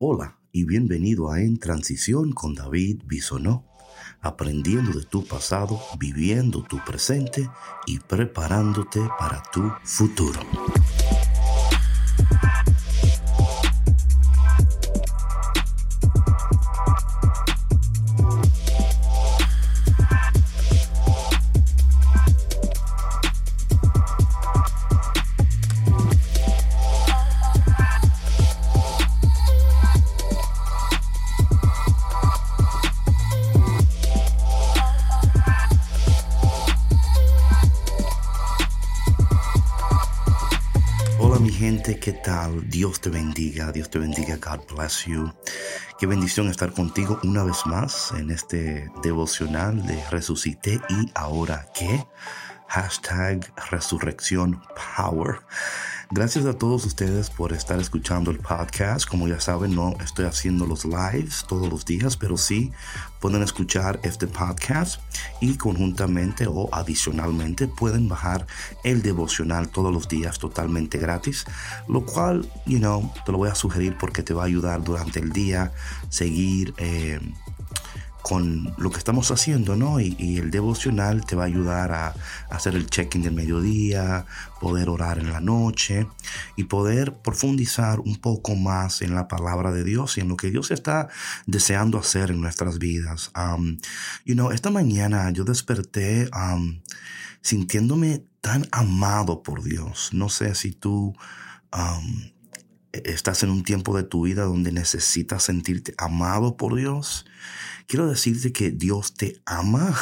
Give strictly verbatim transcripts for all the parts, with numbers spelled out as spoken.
Hola y bienvenido a En Transición con David Bisonó, aprendiendo de tu pasado, viviendo tu presente y preparándote para tu futuro. Hola mi gente, ¿qué tal? Dios te bendiga, Dios te bendiga, God bless you. Qué bendición estar contigo una vez más en este devocional de Resucité y ahora qué. Hashtag Resurrección Power. Gracias a todos ustedes por estar escuchando el podcast. Como ya saben, no estoy haciendo los lives todos los días, pero sí pueden escuchar este podcast y conjuntamente o adicionalmente pueden bajar el devocional todos los días totalmente gratis, lo cual, you know, te lo voy a sugerir porque te va a ayudar durante el día seguir eh, con lo que estamos haciendo, ¿no? Y, y el devocional te va a ayudar a, a hacer el check-in del mediodía, poder orar en la noche y poder profundizar un poco más en la palabra de Dios y en lo que Dios está deseando hacer en nuestras vidas. Um, you know, esta mañana yo desperté um, sintiéndome tan amado por Dios. No sé si tú um, estás en un tiempo de tu vida donde necesitas sentirte amado por Dios. Quiero decirte que Dios te ama.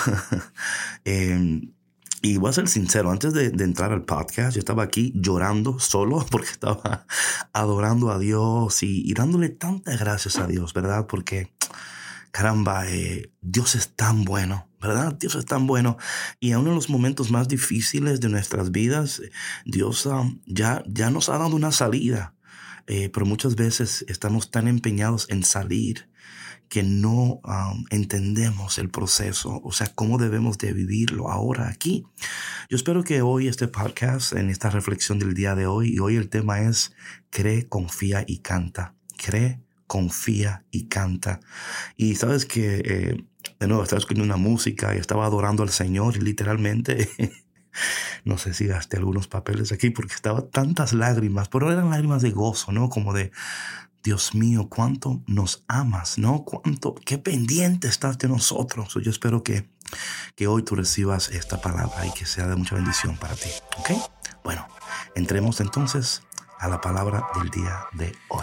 eh, y voy a ser sincero, antes de, de entrar al podcast, yo estaba aquí llorando solo porque estaba adorando a Dios y, y dándole tantas gracias a Dios, ¿verdad? Porque, caramba, eh, Dios es tan bueno, ¿verdad? Dios es tan bueno. Y aún en los momentos más difíciles de nuestras vidas, Dios um, ya, ya nos ha dado una salida. Eh, pero muchas veces estamos tan empeñados en salir que no um, entendemos el proceso, o sea, cómo debemos de vivirlo ahora aquí. Yo espero que hoy este podcast, en esta reflexión del día de hoy, y hoy el tema es cree, confía y canta. Cree, confía y canta. Y sabes que, eh, de nuevo, estaba escuchando una música y estaba adorando al Señor y literalmente... No sé si gasté algunos papeles aquí porque estaba tantas lágrimas, pero eran lágrimas de gozo, ¿no? Como de, Dios mío, cuánto nos amas, ¿no? Cuánto, qué pendiente estás de nosotros. Yo espero que, que hoy tú recibas esta palabra y que sea de mucha bendición para ti, ¿ok? Bueno, entremos entonces a la palabra del día de hoy.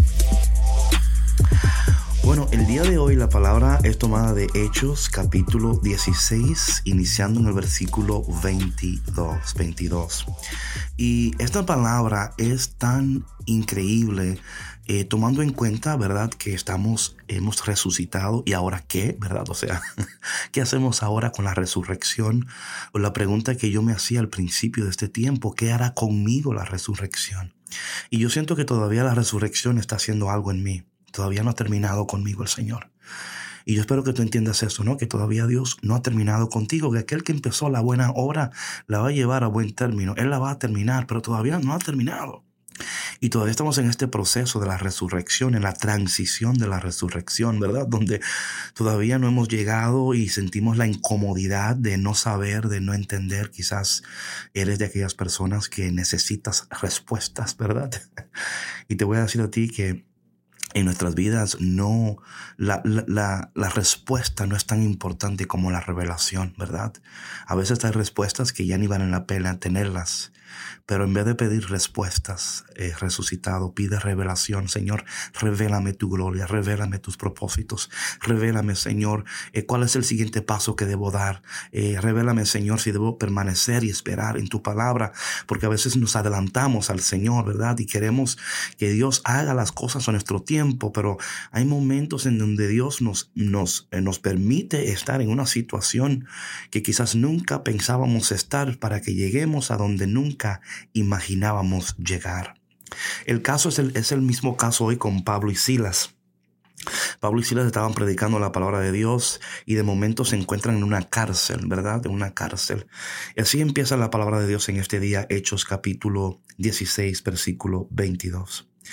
Bueno, el día de hoy la palabra es tomada de Hechos, capítulo dieciséis, iniciando en el versículo veintidós, veintidós. Y esta palabra es tan increíble, eh, tomando en cuenta, ¿verdad?, que estamos, hemos resucitado y ahora qué, ¿verdad? O sea, ¿qué hacemos ahora con la resurrección? O la pregunta que yo me hacía al principio de este tiempo, ¿qué hará conmigo la resurrección? Y yo siento que todavía la resurrección está haciendo algo en mí. Todavía no ha terminado conmigo el Señor. Y yo espero que tú entiendas eso, ¿no? Que todavía Dios no ha terminado contigo, que aquel que empezó la buena obra la va a llevar a buen término. Él la va a terminar, pero todavía no ha terminado. Y todavía estamos en este proceso de la resurrección, en la transición de la resurrección, ¿verdad? Donde todavía no hemos llegado y sentimos la incomodidad de no saber, de no entender. Quizás eres de aquellas personas que necesitas respuestas, ¿verdad? Y te voy a decir a ti que en nuestras vidas no, la, la, la, la respuesta no es tan importante como la revelación, ¿verdad? A veces hay respuestas que ya ni valen la pena tenerlas, pero en vez de pedir respuestas, eh, resucitado, pide revelación. Señor, revélame tu gloria, revélame tus propósitos, revélame, Señor, eh, cuál es el siguiente paso que debo dar. Eh, revélame, Señor, si debo permanecer y esperar en tu palabra, porque a veces nos adelantamos al Señor, ¿verdad? Y queremos que Dios haga las cosas a nuestro tiempo, pero hay momentos en donde Dios nos, nos, eh, nos permite estar en una situación que quizás nunca pensábamos estar para que lleguemos a donde nunca imaginábamos llegar. El caso es el, es el mismo caso hoy con Pablo y Silas. Pablo y Silas estaban predicando la palabra de Dios y de momento se encuentran en una cárcel, ¿verdad? En una cárcel. Y así empieza la palabra de Dios en este día, Hechos capítulo dieciséis, versículo veintidós.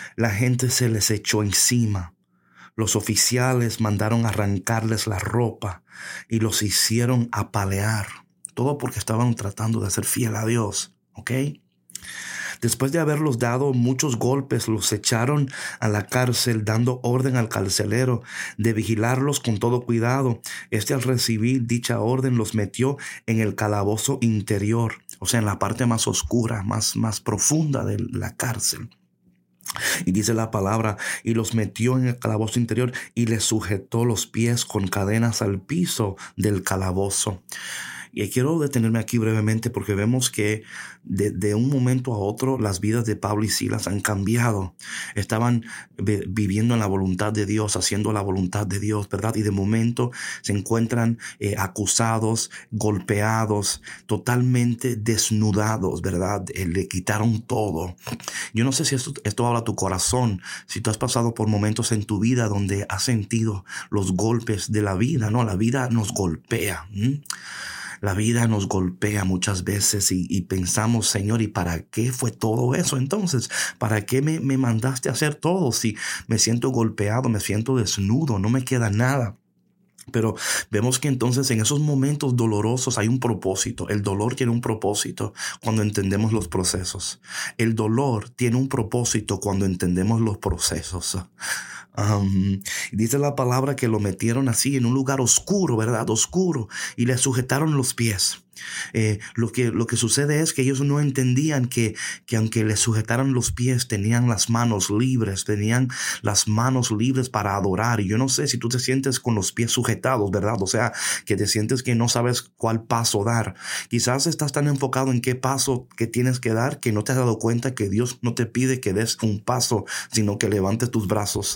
La gente se les echó encima. Los oficiales mandaron arrancarles la ropa y los hicieron apalear. Todo porque estaban tratando de ser fiel a Dios, ¿ok? Después de haberlos dado muchos golpes, los echaron a la cárcel, dando orden al carcelero de vigilarlos con todo cuidado. Este, al recibir dicha orden, los metió en el calabozo interior, o sea, en la parte más oscura, más, más profunda de la cárcel. Y dice la palabra, y los metió en el calabozo interior y les sujetó los pies con cadenas al piso del calabozo. Y quiero detenerme aquí brevemente porque vemos que de, de un momento a otro las vidas de Pablo y Silas han cambiado. Estaban viviendo en la voluntad de Dios, haciendo la voluntad de Dios, ¿verdad? Y de momento se encuentran eh, acusados, golpeados, totalmente desnudados, ¿verdad? Eh, le quitaron todo. Yo no sé si esto, esto habla a tu corazón, si tú has pasado por momentos en tu vida donde has sentido los golpes de la vida, ¿no? La vida nos golpea. ¿Mm? La vida nos golpea muchas veces y, y pensamos, Señor, ¿y para qué fue todo eso entonces? ¿Para qué me, me mandaste a hacer todo si me siento golpeado, me siento desnudo, no me queda nada? Pero vemos que entonces en esos momentos dolorosos hay un propósito. El dolor tiene un propósito cuando entendemos los procesos. El dolor tiene un propósito cuando entendemos los procesos. Um, dice la palabra que lo metieron así en un lugar oscuro, ¿verdad? Oscuro. Y le sujetaron los pies. Eh, lo que, lo que sucede es que ellos no entendían que, que aunque les sujetaran los pies, tenían las manos libres, tenían las manos libres para adorar. Y yo no sé si tú te sientes con los pies sujetados, ¿verdad? O sea, que te sientes que no sabes cuál paso dar. Quizás estás tan enfocado en qué paso que tienes que dar que no te has dado cuenta que Dios no te pide que des un paso, sino que levantes tus brazos.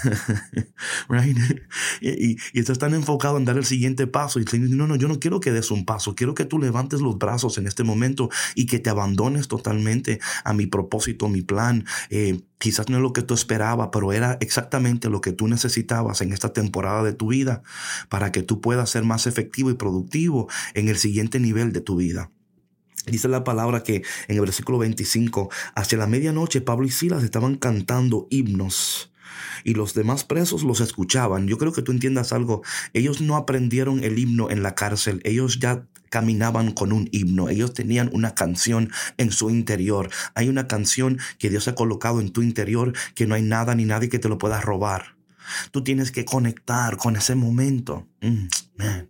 Right? y, y, y estás tan enfocado en dar el siguiente paso y te dices, no, no, yo no quiero que des un paso, quiero que tú levantes los brazos en este momento y que te abandones totalmente a mi propósito, mi plan. Eh, quizás no es lo que tú esperabas, pero era exactamente lo que tú necesitabas en esta temporada de tu vida para que tú puedas ser más efectivo y productivo en el siguiente nivel de tu vida. Dice la palabra que en el versículo veinticinco, hacia la medianoche Pablo y Silas estaban cantando himnos y los demás presos los escuchaban. Yo creo que tú entiendas algo. Ellos no aprendieron el himno en la cárcel. Ellos ya caminaban con un himno. Ellos tenían una canción en su interior. Hay una canción que Dios ha colocado en tu interior que no hay nada ni nadie que te lo pueda robar. Tú tienes que conectar con ese momento. Mm, man.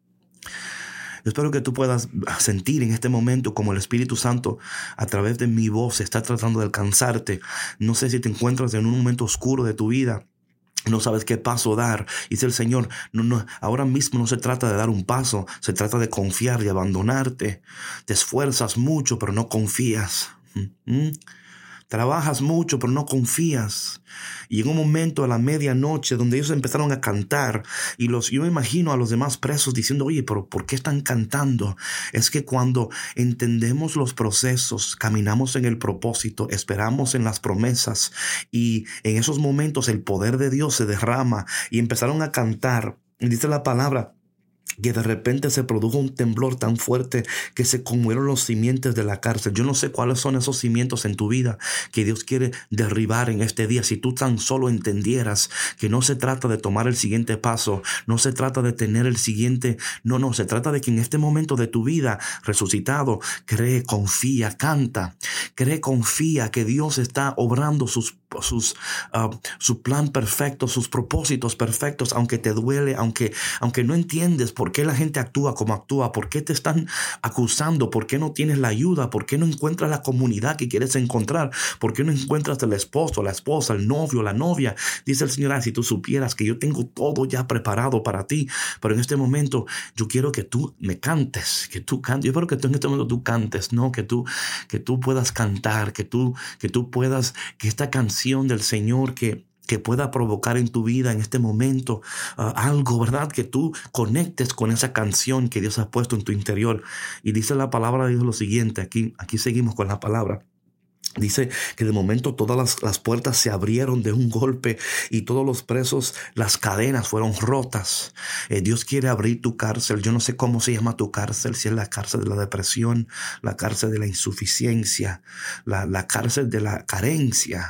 Espero que tú puedas sentir en este momento como el Espíritu Santo a través de mi voz está tratando de alcanzarte. No sé si te encuentras en un momento oscuro de tu vida. No sabes qué paso dar. Dice el Señor, no, no, ahora mismo no se trata de dar un paso, se trata de confiar y abandonarte. Te esfuerzas mucho, pero no confías. ¿Mm? Trabajas mucho, pero no confías. Y en un momento a la medianoche donde ellos empezaron a cantar y los, yo me imagino a los demás presos diciendo, oye, pero ¿por qué están cantando? Es que cuando entendemos los procesos, caminamos en el propósito, esperamos en las promesas y en esos momentos el poder de Dios se derrama y empezaron a cantar. Y dice la palabra que de repente se produjo un temblor tan fuerte que se conmovieron los cimientos de la cárcel. Yo no sé cuáles son esos cimientos en tu vida que Dios quiere derribar en este día. Si tú tan solo entendieras que no se trata de tomar el siguiente paso, no se trata de tener el siguiente, no, no, se trata de que en este momento de tu vida resucitado, cree, confía, canta, cree, confía que Dios está obrando sus Sus, uh, su plan perfecto, sus propósitos perfectos, aunque te duele, aunque, aunque no entiendes por qué la gente actúa como actúa, por qué te están acusando, por qué no tienes la ayuda, por qué no encuentras la comunidad que quieres encontrar, por qué no encuentras el esposo, la esposa, el novio, la novia. Dice el Señor, ah, si tú supieras que yo tengo todo ya preparado para ti, pero en este momento yo quiero que tú me cantes, que tú cantes. Yo espero que tú en este momento tú cantes, no, que tú, que tú puedas cantar, que tú, que tú puedas, que esta canción del Señor que, que pueda provocar en tu vida en este momento uh, algo, ¿verdad? Que tú conectes con esa canción que Dios ha puesto en tu interior. Y dice la palabra de Dios lo siguiente, aquí, aquí seguimos con la palabra. Dice que de momento todas las, las puertas se abrieron de un golpe y todos los presos, las cadenas fueron rotas. Eh, Dios quiere abrir tu cárcel. Yo no sé cómo se llama tu cárcel, si es la cárcel de la depresión, la cárcel de la insuficiencia, la, la cárcel de la carencia,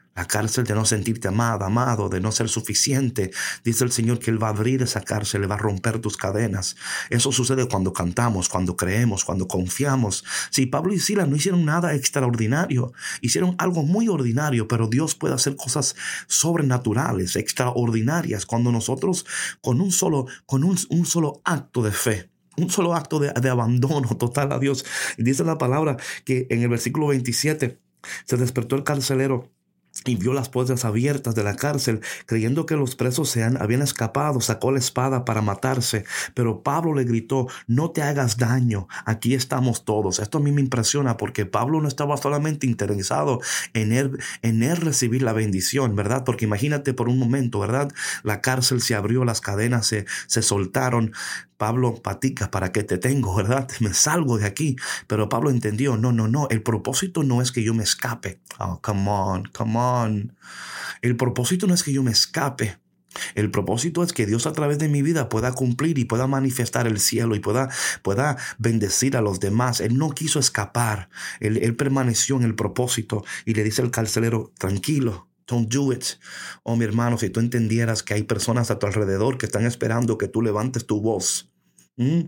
La cárcel de no sentirte amada, amado, de no ser suficiente. Dice el Señor que Él va a abrir esa cárcel, Él va a romper tus cadenas. Eso sucede cuando cantamos, cuando creemos, cuando confiamos. Si Pablo y Silas no hicieron nada extraordinario, hicieron algo muy ordinario, pero Dios puede hacer cosas sobrenaturales, extraordinarias, cuando nosotros con un solo, con un, un solo acto de fe, un solo acto de, de abandono total a Dios. Y dice la palabra que en el versículo veintisiete se despertó el carcelero y vio las puertas abiertas de la cárcel, creyendo que los presos se han, habían escapado. Sacó la espada para matarse, pero Pablo le gritó: no te hagas daño, aquí estamos todos. Esto a mí me impresiona porque Pablo no estaba solamente interesado en él, en él recibir la bendición, ¿verdad? Porque imagínate por un momento, ¿verdad? La cárcel se abrió, las cadenas se, se soltaron. Pablo, patica, ¿para qué te tengo, verdad? Me salgo de aquí. Pero Pablo entendió, no, no, no, el propósito no es que yo me escape. Oh, come on, come on. El propósito no es que yo me escape. El propósito es que Dios a través de mi vida pueda cumplir y pueda manifestar el cielo y pueda, pueda bendecir a los demás. Él no quiso escapar. Él, él permaneció en el propósito y le dice al carcelero: tranquilo. Don't do it. Oh, mi hermano, si tú entendieras que hay personas a tu alrededor que están esperando que tú levantes tu voz. ¿Mm?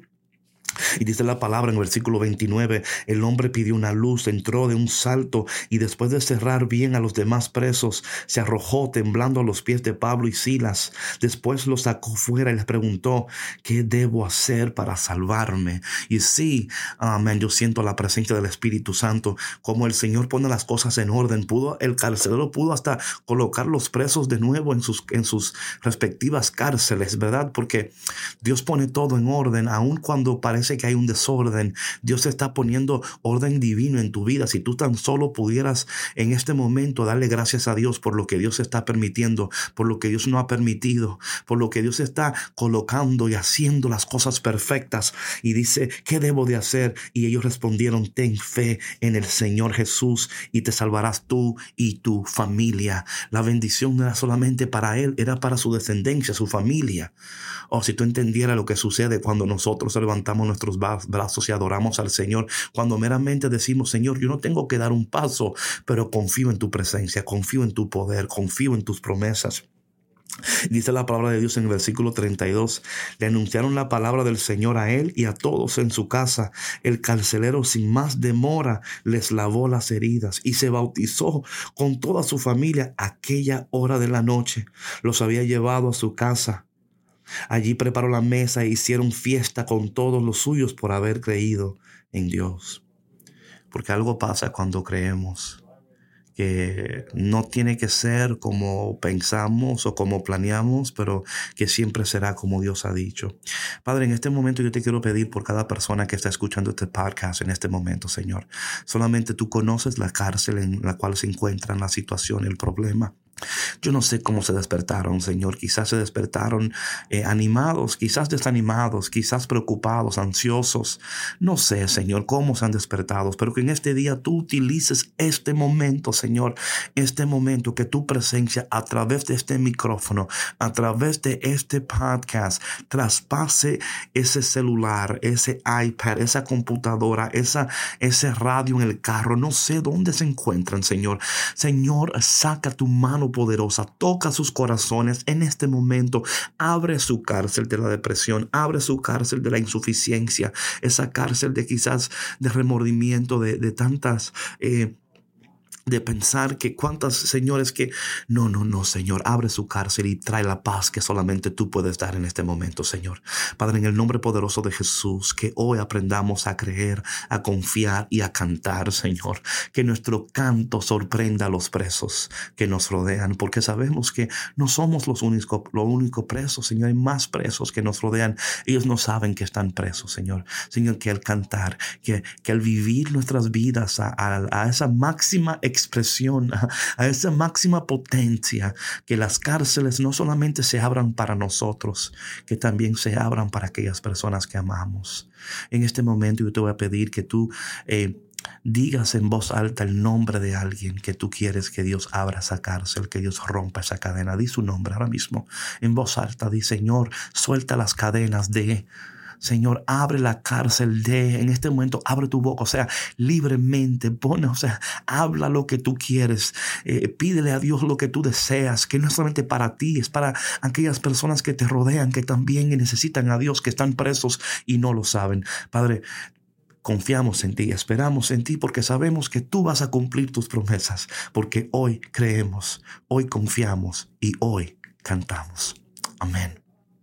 Y dice la palabra en el versículo veintinueve, el hombre pidió una luz, entró de un salto y después de cerrar bien a los demás presos, se arrojó temblando a los pies de Pablo y Silas. Después los sacó fuera y les preguntó: ¿qué debo hacer para salvarme? Y sí, amén, yo siento la presencia del Espíritu Santo, como el Señor pone las cosas en orden. Pudo, el carcelero pudo hasta colocar los presos de nuevo en sus, en sus respectivas cárceles, ¿verdad? Porque Dios pone todo en orden, aun cuando parece que hay un desorden. Dios está poniendo orden divino en tu vida. Si tú tan solo pudieras en este momento darle gracias a Dios por lo que Dios está permitiendo, por lo que Dios no ha permitido, por lo que Dios está colocando y haciendo las cosas perfectas. Y dice: ¿qué debo de hacer? Y ellos respondieron: ten fe en el Señor Jesús y te salvarás tú y tu familia. La bendición no era solamente para él, era para su descendencia, su familia. O oh, si tú entendieras lo que sucede cuando nosotros levantamos nuestros brazos y adoramos al Señor, cuando meramente decimos: Señor, yo no tengo que dar un paso, pero confío en tu presencia, confío en tu poder, confío en tus promesas. Dice la palabra de Dios en el versículo treinta y dos, le anunciaron la palabra del Señor a él y a todos en su casa. El carcelero sin más demora les lavó las heridas y se bautizó con toda su familia aquella hora de la noche. Los había llevado a su casa. Allí preparó la mesa e hicieron fiesta con todos los suyos por haber creído en Dios. Porque algo pasa cuando creemos, que no tiene que ser como pensamos o como planeamos, pero que siempre será como Dios ha dicho. Padre, en este momento yo te quiero pedir por cada persona que está escuchando este podcast en este momento, Señor. Solamente tú conoces la cárcel en la cual se encuentran, la situación, el problema. Yo no sé cómo se despertaron, Señor. Quizás se despertaron eh, animados, quizás desanimados, quizás preocupados, ansiosos. No sé, Señor, cómo se han despertado, pero que en este día tú utilices este momento, Señor, este momento, que tu presencia a través de este micrófono, a través de este podcast, traspase ese celular, ese iPad, esa computadora, esa, ese radio en el carro. No sé dónde se encuentran, Señor. Señor, saca tu mano poderosa, toca sus corazones en este momento, abre su cárcel de la depresión, abre su cárcel de la insuficiencia, esa cárcel de quizás de remordimiento, de, de tantas... Eh, de pensar que cuántas, señores, que no, no, no, Señor, abre su cárcel y trae la paz que solamente tú puedes dar en este momento, Señor. Padre, en el nombre poderoso de Jesús, que hoy aprendamos a creer, a confiar y a cantar, Señor. Que nuestro canto sorprenda a los presos que nos rodean, porque sabemos que no somos los únicos, los únicos presos, Señor. Hay más presos que nos rodean. Ellos no saben que están presos, Señor. Señor, que al cantar, que, que al vivir nuestras vidas a, a, a esa máxima expresión, a, a esa máxima potencia, que las cárceles no solamente se abran para nosotros, que también se abran para aquellas personas que amamos. En este momento yo te voy a pedir que tú eh, digas en voz alta el nombre de alguien que tú quieres que Dios abra esa cárcel, que Dios rompa esa cadena. Di su nombre ahora mismo en voz alta. Di: Señor, suelta las cadenas de... Señor, abre la cárcel de, en este momento, abre tu boca, o sea, libremente, pone, o sea, habla lo que tú quieres, eh, pídele a Dios lo que tú deseas, que no es solamente para ti, es para aquellas personas que te rodean, que también necesitan a Dios, que están presos y no lo saben. Padre, confiamos en ti, esperamos en ti porque sabemos que tú vas a cumplir tus promesas, porque hoy creemos, hoy confiamos y hoy cantamos. Amén.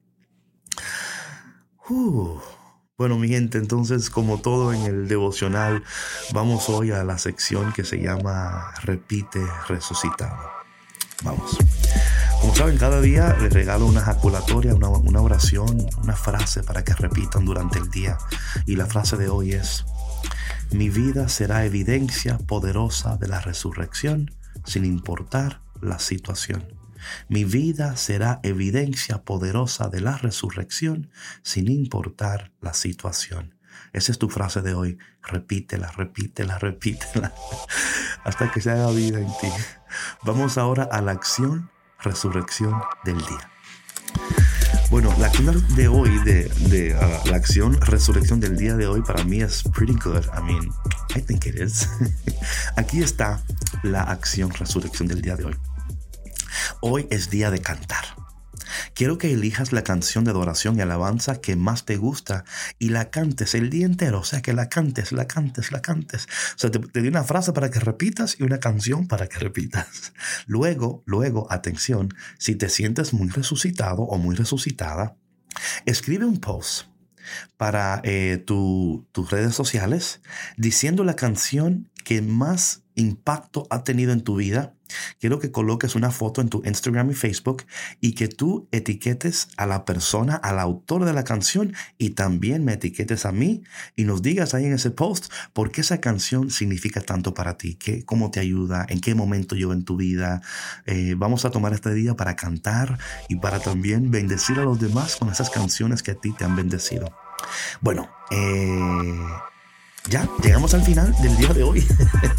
Uh, bueno, mi gente, entonces, como todo en el devocional, vamos hoy a la sección que se llama Repite Resucitado. Vamos. Como saben, cada día les regalo una ejaculatoria, una, una oración, una frase para que repitan durante el día. Y la frase de hoy es: mi vida será evidencia poderosa de la resurrección, sin importar la situación. Mi vida será evidencia poderosa de la resurrección, sin importar la situación. Esa es tu frase de hoy. Repítela, repítela, repítela, hasta que se haga vida en ti. Vamos ahora a la acción resurrección del día. Bueno, la acción de hoy, de, de uh, la acción resurrección del día de hoy para mí es pretty good. I mean, I think it is. Aquí está la acción resurrección del día de hoy. Hoy es día de cantar. Quiero que elijas la canción de adoración y alabanza que más te gusta y la cantes el día entero. O sea, que la cantes, la cantes, la cantes. O sea, te, te di una frase para que repitas y una canción para que repitas. Luego, luego, atención, si te sientes muy resucitado o muy resucitada, escribe un post para eh, tu, tus redes sociales diciendo la canción que más impacto ha tenido en tu vida. Quiero que coloques una foto en tu Instagram y Facebook y que tú etiquetes a la persona, al autor de la canción, y también me etiquetes a mí y nos digas ahí en ese post por qué esa canción significa tanto para ti, qué, cómo te ayuda, en qué momento llegó en tu vida. Eh, vamos a tomar este día para cantar y para también bendecir a los demás con esas canciones que a ti te han bendecido. Bueno, eh, ya llegamos al final del día de hoy.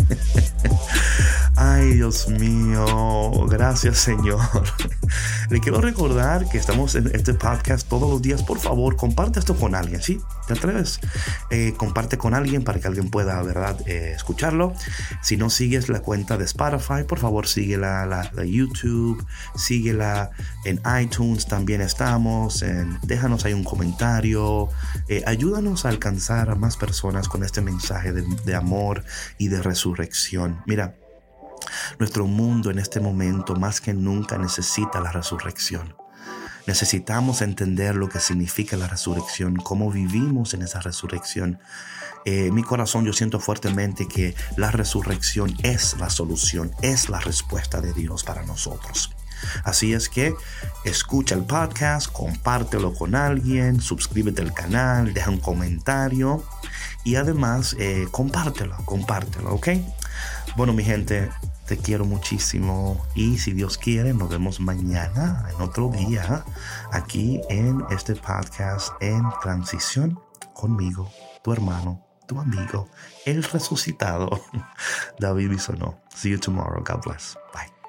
Ay, Dios mío, gracias, Señor. Le quiero recordar que estamos en este podcast todos los días. Por favor, comparte esto con alguien, ¿sí? ¿Te atreves? Eh, comparte con alguien para que alguien pueda, ¿verdad?, eh, escucharlo. Si no sigues la cuenta de Spotify, por favor, síguela, la, la YouTube, síguela en iTunes, también estamos. En, déjanos ahí un comentario. Eh, ayúdanos a alcanzar a más personas con este mensaje de, de amor y de resurrección. Mira, nuestro mundo en este momento más que nunca necesita la resurrección. Necesitamos entender lo que significa la resurrección, cómo vivimos en esa resurrección. Eh, en mi corazón yo siento fuertemente que la resurrección es la solución, es la respuesta de Dios para nosotros. Así es que escucha el podcast, compártelo con alguien, suscríbete al canal, deja un comentario y además eh, compártelo, compártelo, ¿ok? Bueno, mi gente, te quiero muchísimo y si Dios quiere nos vemos mañana en otro día aquí en este podcast en transición conmigo, tu hermano, tu amigo, el resucitado David Bisonó. See you tomorrow. God bless. Bye.